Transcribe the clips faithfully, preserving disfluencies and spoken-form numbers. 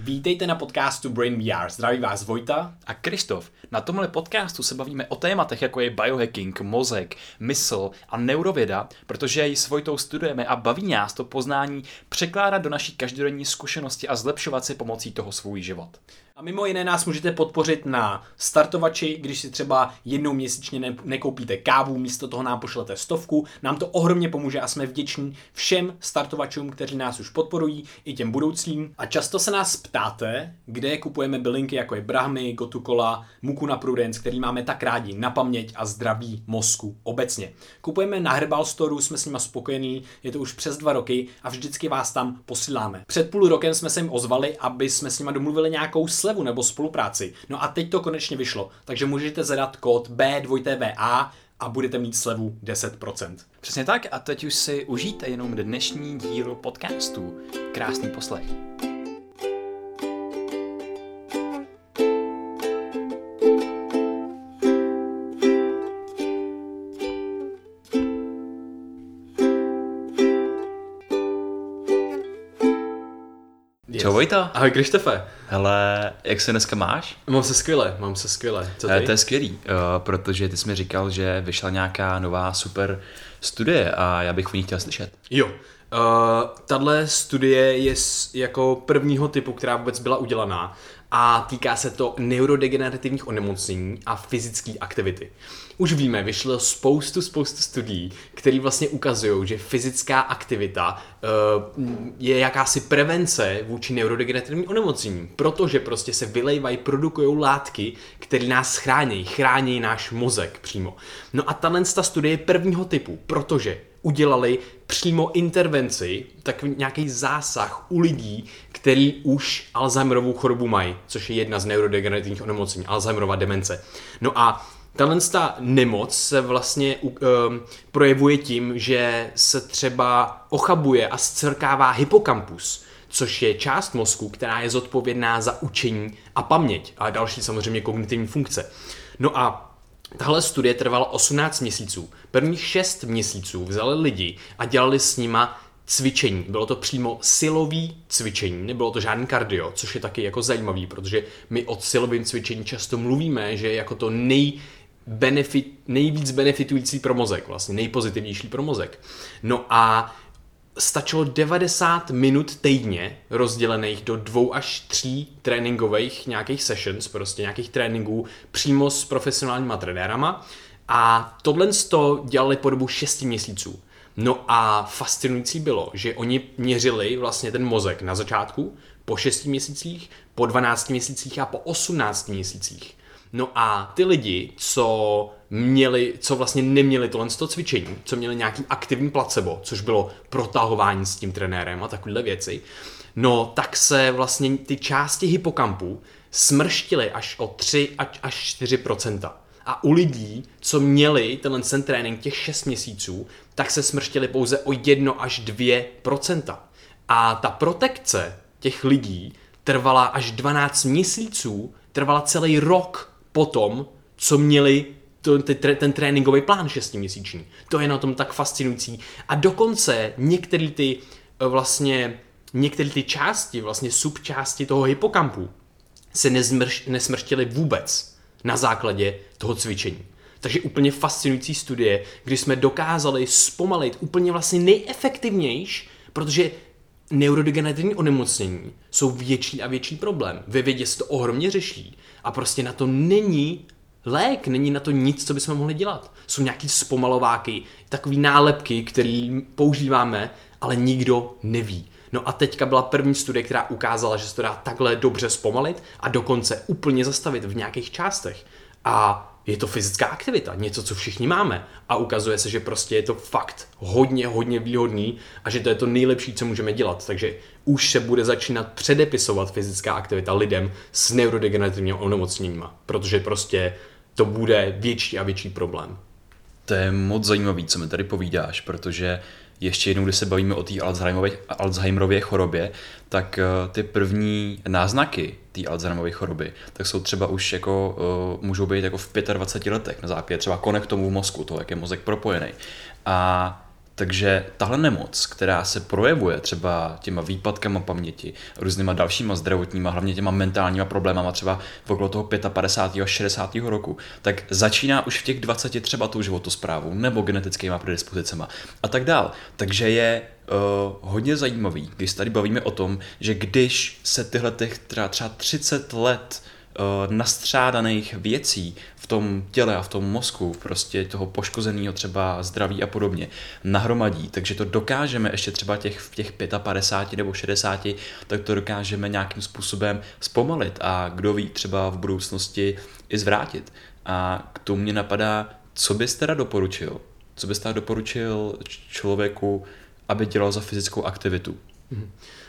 Vítejte na podcastu Brain V R. Zdraví vás Vojta a Krištof. Na tomhle podcastu se bavíme o tématech, jako je biohacking, mozek, mysl a neurověda, protože ji s Vojtou studujeme a baví nás to poznání překládat do naší každodenní zkušenosti a zlepšovat si pomocí toho svůj život. A mimo jiné nás můžete podpořit na startovači, když si třeba jednou měsíčně ne- nekoupíte kávu, místo toho nám pošlete stovku, nám to ohromně pomůže a jsme vděční všem startovačům, kteří nás už podporují, i těm budoucím. A často se nás ptáte, kde kupujeme bylinky jako je Brahmi, Gotukola, Muku na Prudence, který máme tak rádi na paměť a zdraví mozku obecně. Kupujeme na Herbal Storeu, jsme s nima spokojení, je to už přes dva roky a vždycky vás tam posíláme. Před půl rokem jsme se jim ozvali, aby jsme s nima domluvili nějakou slevu nebo spolupráci. No a teď to konečně vyšlo, takže můžete zadat kód B dva V A a budete mít slevu deset procent. Přesně tak a teď už si užijte jenom dnešní díl podcastu. Krásný poslech. Yes. Čau Vojta. Ahoj Krištofe. Hele, jak se dneska máš? Mám se skvěle, mám se skvěle. Co ty? To je skvělý, uh, protože ty jsi mi říkal, že vyšla nějaká nová super studie a já bych o ní chtěl slyšet. Jo, uh, tahle studie je z, jako prvního typu, která vůbec byla udělaná a týká se to neurodegenerativních onemocnění a fyzické aktivity. Už víme, vyšlo spoustu, spoustu studií, které vlastně ukazují, že fyzická aktivita uh, je jakási prevence vůči neurodegenerativním onemocněním, protože prostě se vylejvají, produkují látky, které nás chrání, chrání náš mozek přímo. No a tahle studie je prvního typu, protože udělali přímo intervenci, takový nějaký zásah u lidí, který už Alzheimerovou chorobu mají, což je jedna z neurodegenerativních onemocnění, Alzheimerova demence. No a tahle nemoc se vlastně um, projevuje tím, že se třeba ochabuje a zcrkává hypokampus, což je část mozku, která je zodpovědná za učení a paměť a další samozřejmě kognitivní funkce. No a tahle studie trvala osmnáct měsíců. Prvních šest měsíců vzali lidi a dělali s nima cvičení. Bylo to přímo silový cvičení, nebylo to žádný kardio, což je taky jako zajímavý, protože my o silovém cvičení často mluvíme, že je jako to nej, benefit, nejvíc benefitující pro mozek, vlastně nejpozitivnější pro mozek. No a stačilo devadesát minut týdně rozdělených do dvou až tří tréninkových nějakých sessions, prostě nějakých tréninků přímo s profesionálníma trenérama a tohle to dělali po dobu šesti měsíců. No a fascinující bylo, že oni měřili vlastně ten mozek na začátku, po šesti měsících, po dvanácti měsících a po osmnácti měsících. No a ty lidi, co měli, co vlastně neměli tohle cvičení, co měli nějaký aktivní placebo, což bylo protahování s tím trenérem a takovéhle věci, no tak se vlastně ty části hypokampu smrštily až o tři až čtyři procenta. A u lidí, co měli tenhle ten trénink těch šest měsíců, tak se smrštili pouze o jedna až dvě procenta. A ta protekce těch lidí trvala až dvanáct měsíců, trvala celý rok potom, co měli to, ten, ten tréninkový plán šestiměsíční. To je na tom tak fascinující. A dokonce některé ty vlastně, některé ty části, vlastně subčásti toho hypokampu se nezmrš, nesmrštily vůbec na základě toho cvičení. Takže úplně fascinující studie, kdy jsme dokázali zpomalit úplně vlastně nejefektivnější, protože neurodegenerativní onemocnění jsou větší a větší problém. Ve vědě se to ohromně řeší a prostě na to není lék, není na to nic, co bychom mohli dělat. Jsou nějaký zpomalováky, takový nálepky, které používáme, ale nikdo neví. No a teďka byla první studie, která ukázala, že se to dá takhle dobře zpomalit a dokonce úplně zastavit v nějakých částech. A je to fyzická aktivita, něco, co všichni máme. A ukazuje se, že prostě je to fakt hodně, hodně výhodný a že to je to nejlepší, co můžeme dělat. Takže už se bude začínat předepisovat fyzická aktivita lidem s neurodegenerativními onemocněníma, protože prostě to bude větší a větší problém. To je moc zajímavý, co mi tady povídáš, protože ještě jednou, když se bavíme o té Alzheimerově chorobě, tak ty první náznaky té Alzheimerovy choroby, tak jsou třeba už jako, uh, můžou být jako v dvaceti pěti letech na základě třeba konektomů v mozku, toho, jak je mozek propojený. A Takže tahle nemoc, která se projevuje třeba těma výpadkama paměti, různýma dalšíma zdravotníma, hlavně těma mentálníma problémama třeba v okolo toho padesátého pátého až šedesátého roku, tak začíná už v těch dvaceti třeba tou životosprávou nebo genetickýma predispozicema a tak dál. Takže je uh, hodně zajímavý, když se tady bavíme o tom, že když se tyhle těch třeba, třeba třicet let nastřádaných věcí v tom těle a v tom mozku, prostě toho poškozeného třeba zdraví a podobně, nahromadí, takže to dokážeme ještě třeba těch, v těch padesát pět nebo šedesáti, tak to dokážeme nějakým způsobem zpomalit a kdo ví, třeba v budoucnosti i zvrátit. A k tomu mě napadá, co bys teda doporučil? Co bys teda doporučil člověku, aby dělal za fyzickou aktivitu? Uh,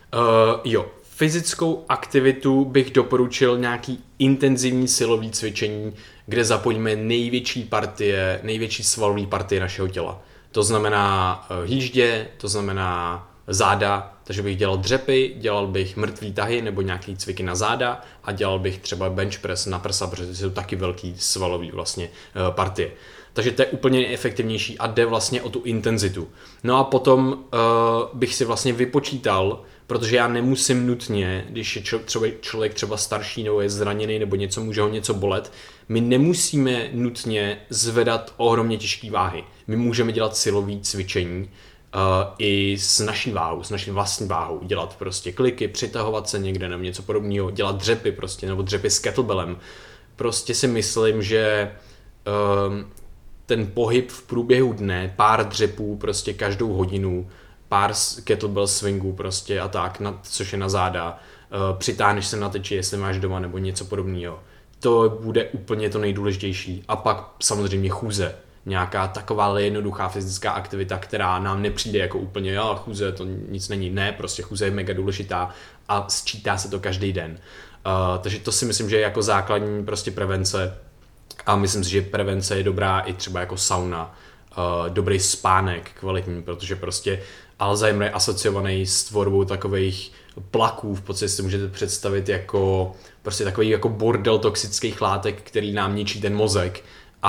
jo. Fyzickou aktivitu bych doporučil nějaký intenzivní silový cvičení, kde zapojíme největší partie, největší svalové partie našeho těla. To znamená hýždě, to znamená záda, takže bych dělal dřepy, dělal bych mrtvý tahy nebo nějaký cviky na záda a dělal bych třeba bench press na prsa, protože to jsou taky velký svalový vlastně partie. Takže to je úplně nejefektivnější a jde vlastně o tu intenzitu. No a potom uh, bych si vlastně vypočítal, protože já nemusím nutně, když je člověk třeba starší nebo je zraněný nebo něco, může ho něco bolet, my nemusíme nutně zvedat ohromně těžké váhy. My můžeme dělat silové cvičení uh, i s naší váhou, s naší vlastní váhou. Dělat prostě kliky, přitahovat se někde nebo něco podobného, dělat dřepy prostě, nebo dřepy s kettlebellem. Prostě si myslím, že um, ten pohyb v průběhu dne, pár dřepů prostě každou hodinu, pár kettlebell swingů prostě a tak, na, což je na záda, uh, přitáhneš se na tyči, jestli máš doma nebo něco podobného. To bude úplně to nejdůležitější. A pak samozřejmě chůze. Nějaká taková jednoduchá fyzická aktivita, která nám nepřijde jako úplně, jo, chůze to nic není. Ne, prostě chůze je mega důležitá a sčítá se to každý den. Uh, takže to si myslím, že je jako základní prostě prevence. A myslím si, že prevence je dobrá i třeba jako sauna, uh, dobrý spánek kvalitní, protože prostě Alzheimer je asociovaný s tvorbou takových plaků, v podstatě si můžete představit jako prostě takový jako bordel toxických látek, který nám ničí ten mozek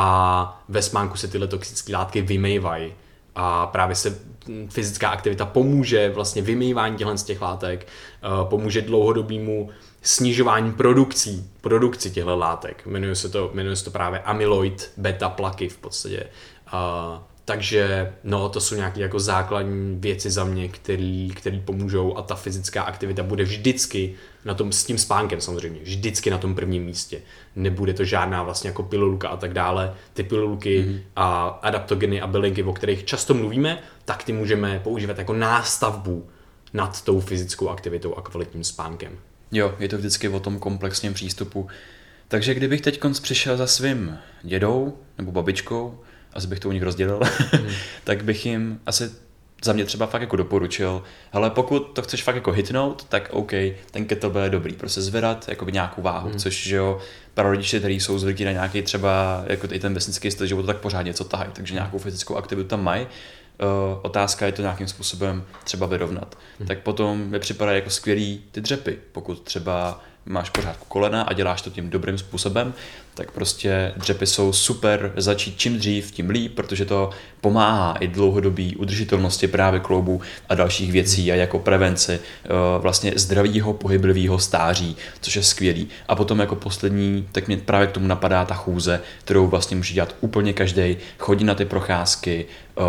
a ve spánku se tyhle toxické látky vymývají a právě se fyzická aktivita pomůže vlastně vymývání těchto z těch látek, uh, pomůže dlouhodobému snižování produkcí, produkci těchto látek. Jmenuje se to, jmenuje se to právě amyloid beta plaky v podstatě. Uh, takže no, to jsou nějaké jako základní věci za mě, který, který pomůžou a ta fyzická aktivita bude vždycky na tom, s tím spánkem samozřejmě, vždycky na tom prvním místě. Nebude to žádná vlastně jako pilulka a tak dále. Ty pilulky mm-hmm. a adaptogeny a bylinky, o kterých často mluvíme, tak ty můžeme používat jako nástavbu nad tou fyzickou aktivitou a kvalitním spánkem. Jo, je to vždycky o tom komplexním přístupu. Takže kdybych teď přišel za svým dědou nebo babičkou, asi bych to u nich rozdělil, mm. tak bych jim asi za mě třeba fakt jako doporučil, hele, pokud to chceš fakt jako hitnout, tak OK, ten kettlebell je dobrý, prostě zvedat jako nějakou váhu, mm. což že jo, prarodiče, kteří jsou zvyklí na nějaký třeba jako i ten vesnický styl života, tak pořád něco tahají, takže nějakou fyzickou aktivitu tam mají. Uh, otázka je to nějakým způsobem třeba vyrovnat. Hmm. Tak potom mi připadají jako skvělý ty dřepy. Pokud třeba máš pořádku kolena a děláš to tím dobrým způsobem, tak prostě dřepy jsou super začít čím dřív, tím líp, protože to pomáhá i dlouhodobý udržitelnosti právě kloubů a dalších věcí a jako prevenci uh, vlastně zdravého pohyblivého stáří, což je skvělý. A potom jako poslední, tak mě právě k tomu napadá ta chůze, kterou vlastně může dělat úplně každý, chodí na ty procházky.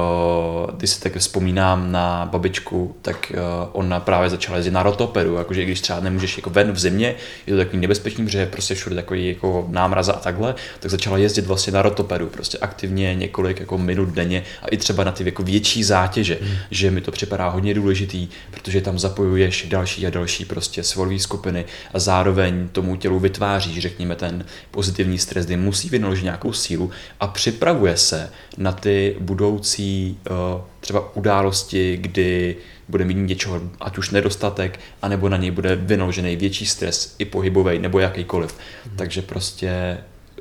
Uh, když si tak vzpomínám na babičku, tak uh, ona právě začala jezdit na rotopedu, jakože i když třeba nemůžeš jako ven v zimě, je to takový nebezpečný, protože je prostě všude takový jako námraza a takhle, tak začala jezdit vlastně na rotopedu, prostě aktivně několik jako minut denně a i třeba na ty jako větší zátěže, hmm. že mi to připadá hodně důležitý, protože tam zapojuješ další a další prostě svalové skupiny a zároveň tomu tělu vytváří, řekněme, ten pozitivní stres, kdy musí vynaložit nějakou sílu a připravuje se na ty budoucí třeba události, kdy bude mít něčeho, ať už nedostatek, anebo na něj bude vynaložený větší stres, i pohybový, nebo jakýkoliv. Mm. Takže prostě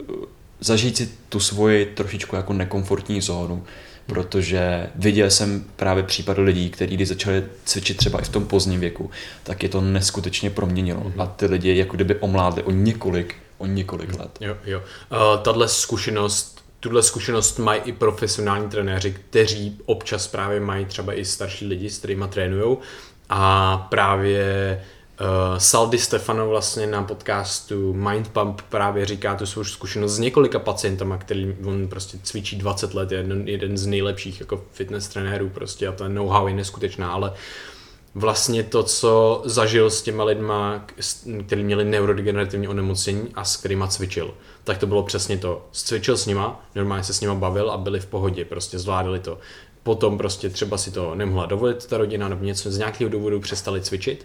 zažít si tu svoji trošičku jako nekomfortní zónu, protože viděl jsem právě případ lidí, kteří když začali cvičit třeba i v tom pozdním věku, tak je to neskutečně proměnilo. Mm. A ty lidi jako kdyby omládli o několik, o několik let. Jo, jo. Uh, tahle zkušenost tuhle zkušenost mají i profesionální trenéři, kteří občas právě mají třeba i starší lidi, s kterýma trénujou. A právě uh, Sal Di Stefano vlastně na podcastu Mind Pump právě říká tu svou zkušenost s několika pacientama, který on prostě cvičí dvacet let, je jeden, jeden z nejlepších jako fitness trenérů prostě a ten know-how je neskutečná, ale vlastně to, co zažil s těma lidma, kteří měli neurodegenerativní onemocnění a s kterýma cvičil, tak to bylo přesně to. Cvičil s nima, normálně se s nima bavil a byli v pohodě, prostě zvládali to. Potom prostě třeba si to nemohla dovolit ta rodina nebo něco z nějakého důvodu přestali cvičit,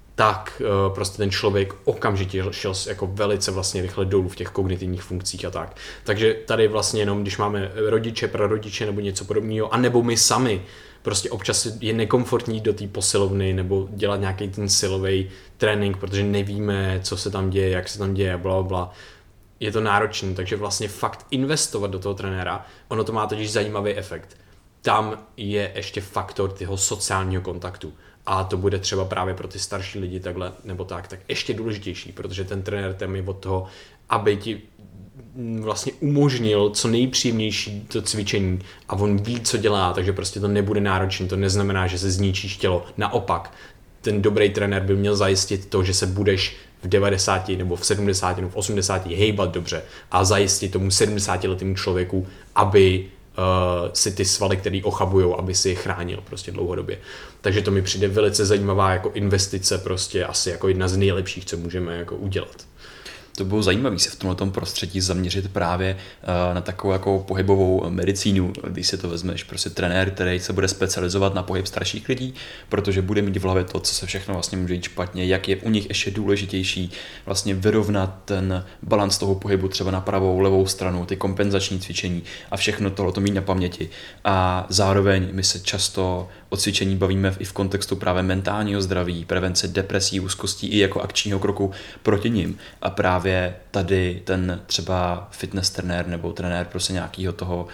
tak uh, prostě ten člověk okamžitě šel jako velice vlastně rychle dolů v těch kognitivních funkcích a tak. Takže tady vlastně jenom, když máme rodiče, prarodiče nebo něco podobného, anebo my sami, prostě občas je nekomfortní do té posilovny nebo dělat nějaký ten silový trénink, protože nevíme, co se tam děje, jak se tam děje, bla, bla. Je to náročné, takže vlastně fakt investovat do toho trenéra, ono to má totiž zajímavý efekt. Tam je ještě faktor toho sociálního kontaktu. A to bude třeba právě pro ty starší lidi takhle nebo tak, tak ještě důležitější, protože ten trenér tam je od toho, aby ti vlastně umožnil co nejpříjemnější to cvičení a on ví, co dělá, takže prostě to nebude náročné, to neznamená, že se zničíš tělo. Naopak, ten dobrý trenér by měl zajistit to, že se budeš v devadesáti nebo v sedmdesáti nebo v osmdesáti hejbat dobře a zajistit tomu sedmdesátiletému člověku, aby Uh, si ty svaly, který ochabujou, aby si je chránil prostě dlouhodobě. Takže to mi přijde velice zajímavá jako investice, prostě asi jako jedna z nejlepších, co můžeme jako udělat. To bylo zajímavé se v tomto prostředí zaměřit právě na takovou jako pohybovou medicínu, když si to vezmeš, prostě trenér, který se bude specializovat na pohyb starších lidí, protože bude mít v hlavě to, co se všechno vlastně může jít špatně, jak je u nich ještě důležitější vlastně vyrovnat ten balans toho pohybu třeba na pravou, levou stranu, ty kompenzační cvičení a všechno tohle to mít na paměti. A zároveň my se často o cvičení bavíme i v kontextu právě mentálního zdraví, prevence depresí, úzkostí i jako akčního kroku proti nim. A právě tady ten třeba fitness trenér nebo trenér prostě nějakého toho,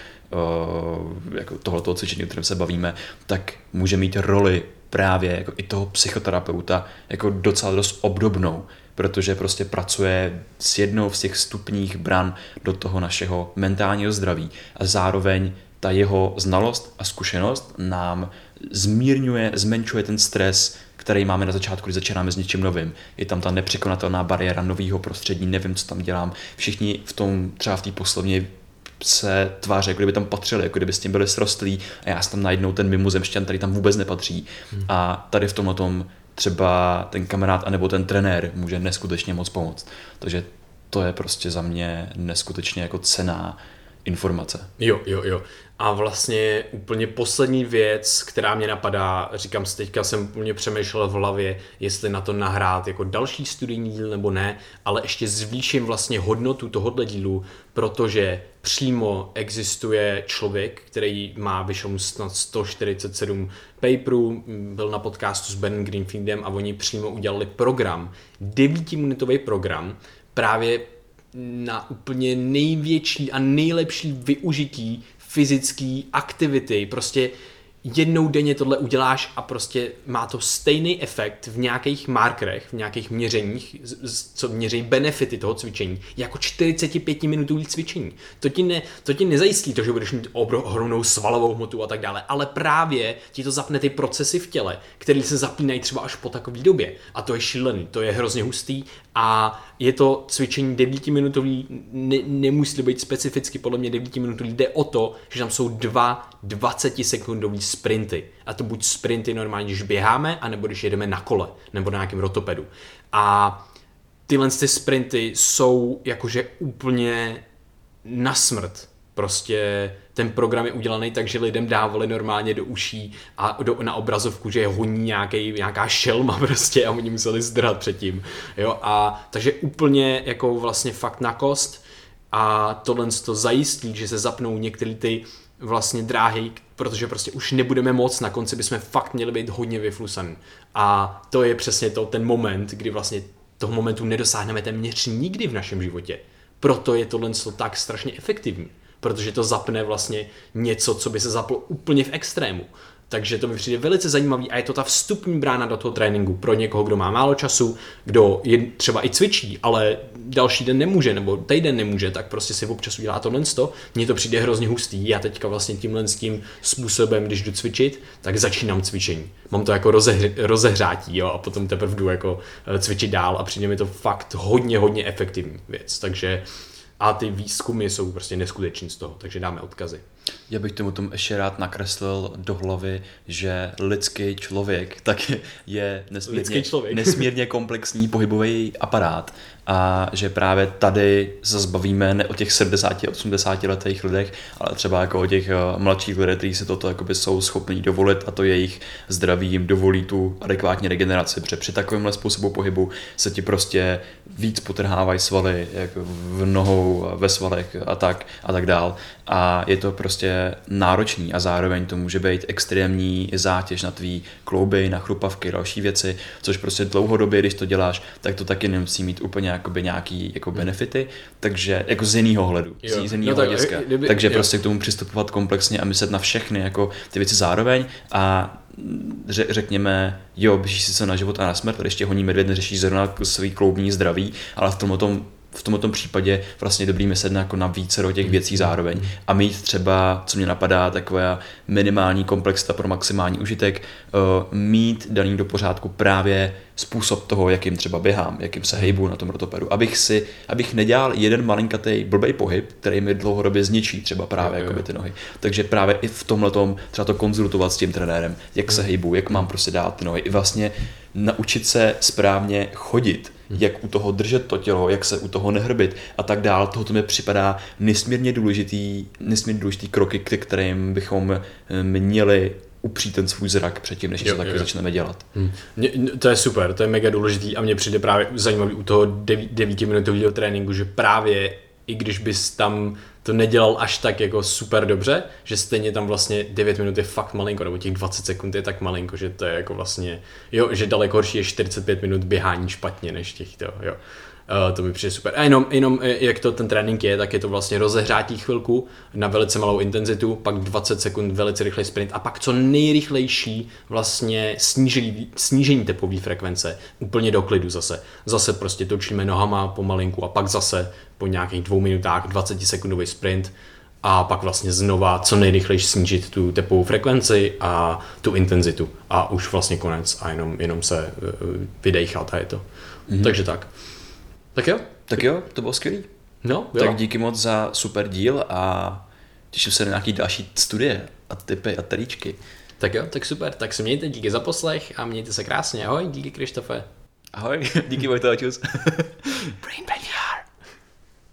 uh, jako tohoto cvičení, o kterém se bavíme, tak může mít roli právě jako i toho psychoterapeuta jako docela dost obdobnou, protože prostě pracuje s jednou z těch vstupních bran do toho našeho mentálního zdraví a zároveň ta jeho znalost a zkušenost nám zmírňuje, zmenšuje ten stres, který máme na začátku, když začínáme s něčím novým. Je tam ta nepřekonatelná bariéra nového prostředí, nevím, co tam dělám. Všichni v tom, třeba v té poslovně se tváří, jako kdyby tam patřili, jako kdyby s tím byli srostlí a já jsem tam najednou ten mimozemšťan, který tam vůbec nepatří. Hmm. A tady v tomhle tom třeba ten kamarád anebo ten trenér může neskutečně moc pomoct. Takže to je prostě za mě neskutečně jako cenná informace. Jo, jo, jo. A vlastně úplně poslední věc, která mě napadá, říkám si, teďka jsem úplně přemýšlel v hlavě, jestli na to nahrát jako další studijní díl nebo ne, ale ještě zvýším vlastně hodnotu tohohle dílu, protože přímo existuje člověk, který má, vyšel mu snad sto čtyřicet sedm paperů, byl na podcastu s Benem Greenfieldem a oni přímo udělali program, devítiminutový program, právě na úplně největší a nejlepší využití fyzické aktivity. Prostě jednou denně tohle uděláš a prostě má to stejný efekt v nějakých markerech, v nějakých měřeních, co měří benefity toho cvičení, jako čtyřicetipětiminutový cvičení. To ti, ne, to ti nezajistí to, že budeš mít ohromnou svalovou hmotu a tak dále, ale právě ti to zapne ty procesy v těle, které se zapínají třeba až po takové době. A to je šílený, to je hrozně hustý a je to cvičení devítiminutový, ne, nemusí být specificky podle mě devítiminutový, jde o to, že tam jsou dva dvacetisekundový sprinty. A to buď sprinty normálně, když běháme, anebo když jedeme na kole, nebo na nějakém rotopedu. A tyhle ty sprinty jsou jakože úplně na smrt. Prostě ten program je udělaný tak, že lidem dávali normálně do uší a do, na obrazovku, že je honí nějaký, nějaká šelma prostě a oni museli zdrhat předtím. Jo? A takže úplně jako vlastně fakt na kost a tohle to zajistí, že se zapnou některé ty vlastně dráhy, protože prostě už nebudeme moc, na konci bychom fakt měli být hodně vyflusaný. A to je přesně to, ten moment, kdy vlastně toho momentu nedosáhneme téměř nikdy v našem životě. Proto je tohle tak strašně efektivní, protože to zapne vlastně něco, co by se zaplo úplně v extrému. Takže to mi přijde velice zajímavý a je to ta vstupní brána do toho tréninku pro někoho, kdo má málo času, kdo je třeba i cvičí, ale další den nemůže nebo týden nemůže, tak prostě si občas udělá tohle. Mně to přijde hrozně hustý. Já teďka vlastně tímhle s tím způsobem, když jdu cvičit, tak začínám cvičení. Mám to jako rozehř- rozehřátí, jo, a potom teprve jdu jako cvičit dál a přijde mi to fakt hodně, hodně efektivní věc. Takže a ty výzkumy jsou prostě neskuteční z toho, takže dáme odkazy. Já bych tomu tomu ještě rád nakreslil do hlavy, že lidský člověk tak je nesmírně, nesmírně komplexní pohybový aparát a že právě tady se zbavíme ne o těch sedmdesáti osmdesáti letých lidech, ale třeba jako o těch mladších lidech, kteří si toto jakoby jsou schopní dovolit a to jejich zdraví jim dovolí tu adekvátní regeneraci, protože při takovémhle způsobu pohybu se ti prostě víc potrhávají svaly jako v nohou, ve svalech a tak a tak dál a je to prostě náročný a zároveň to může být extrémní zátěž na tvý klouby, na chrupavky, další věci, což prostě dlouhodobě, když to děláš, tak to taky nemusí mít úplně jakoby nějaký jako benefity, takže jako z jiného hledu, jo. z jiného no hlediska. Kdyby, takže jo. prostě k tomu přistupovat komplexně a myslet na všechny jako ty věci zároveň a řekněme, jo, běžíš sice na život a na smrt, ale ještě honí medvěd, neřešíš zrovna svý kloubní zdraví, ale v tomto v tomto případě vlastně dobrý myslet jako na více těch věcí zároveň a mít třeba, co mě napadá, taková minimální komplexita pro maximální užitek, mít daný do pořádku právě způsob toho, jakým třeba běhám, jakým se hejbu na tom rotopedu, abych si, abych nedělal jeden malinkatý blbej pohyb, který mi dlouhodobě zničí třeba právě jo, jo. Jakoby ty nohy. Takže právě i v tomhletom třeba to konzultovat s tím trenérem, jak se hejbu, jak mám prostě dát ty nohy, i vlastně naučit se správně chodit, jak u toho držet to tělo, jak se u toho nehrbit a tak dál. Tohoto mi připadá nesmírně důležitý, nesmírně důležitý kroky, k kterým bychom měli upřít ten svůj zrak předtím, než něco takového začneme dělat. Hmm. Mě, to je super, to je mega důležitý a mně přijde právě zajímavý u toho devítiminutového tréninku, že právě i když bys tam to nedělal až tak jako super dobře, že stejně tam vlastně devět minut je fakt malinko, nebo těch dvacet sekund je tak malinko, že to je jako vlastně, jo, že daleko horší je čtyřicet pět minut běhání špatně než těch to, jo. Uh, to mi přijde super. A jenom, jenom jak to ten trénink je, tak je to vlastně rozehrátí chvilku na velice malou intenzitu, pak dvacet sekund velice rychlej sprint a pak co nejrychlejší vlastně snížení, snížení tepové frekvence úplně do klidu zase. Zase prostě točíme nohama pomalinku a pak zase po nějakých dvou minutách dvacetisekundový sprint a pak vlastně znova co nejrychlejší snížit tu tepovou frekvenci a tu intenzitu a už vlastně konec a jenom, jenom se vydejchat a je to. Mm-hmm. Takže tak. Tak jo. Tak jo, to bylo skvělý. No, jo. Tak díky moc za super díl a těším se na nějaký další studie a tipy a taríčky. Tak jo, tak super. Tak se mějte, díky za poslech a mějte se krásně. Ahoj, díky Krištofe. Ahoj, díky Vojto, čus. Brain